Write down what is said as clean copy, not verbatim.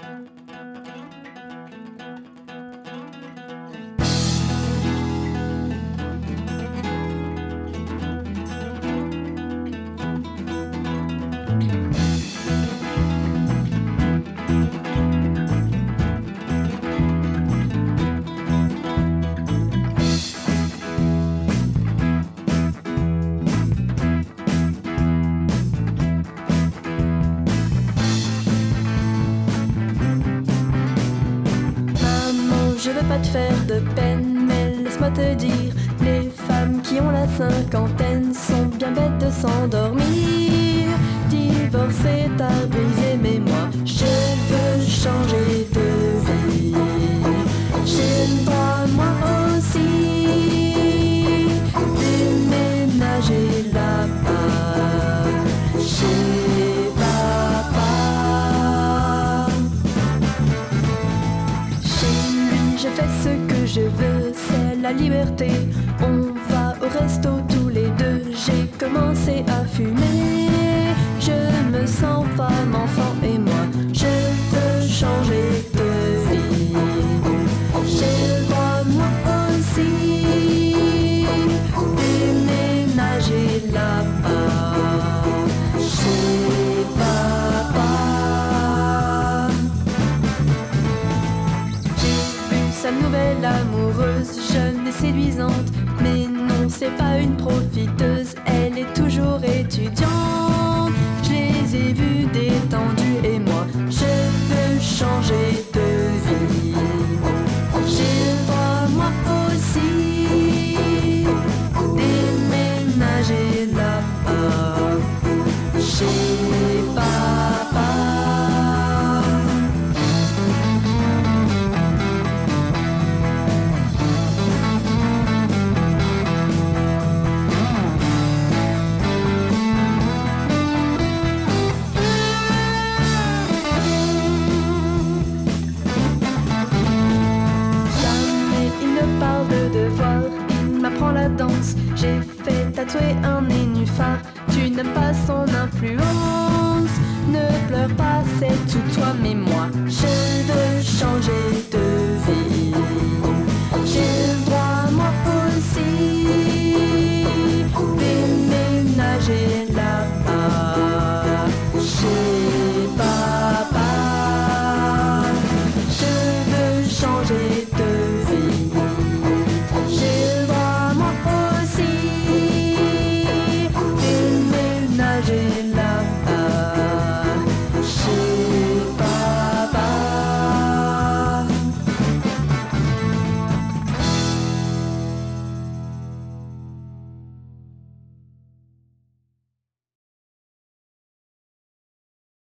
Je veux pas te faire de peine, mais laisse-moi te dire, les femmes qui ont la cinquantaine sont bien bêtes de s'endormir. Divorcer t'as brisé, mais moi je veux changer de vie. J'ai le droit moi aussi déménager là-bas chez papa. Je fais ce que je veux, c'est la liberté. On va au resto tous les deux. J'ai commencé à fumer. Je me sens femme, enfant et moi je veux changer de vie. J'ai le droit moi aussi déménager là-bas chez papa. Sa nouvelle amoureuse, jeune et séduisante, mais non, c'est pas une profiteuse, elle est toujours étudiante. Je les ai vus détendus et moi, je veux changer de vie. J'ai le droit, moi aussi, déménager là-bas, chez papa. J'ai fait tatouer un nénuphar. Tu n'aimes pas son influence. Ne pleure pas, c'est tout toi mais moi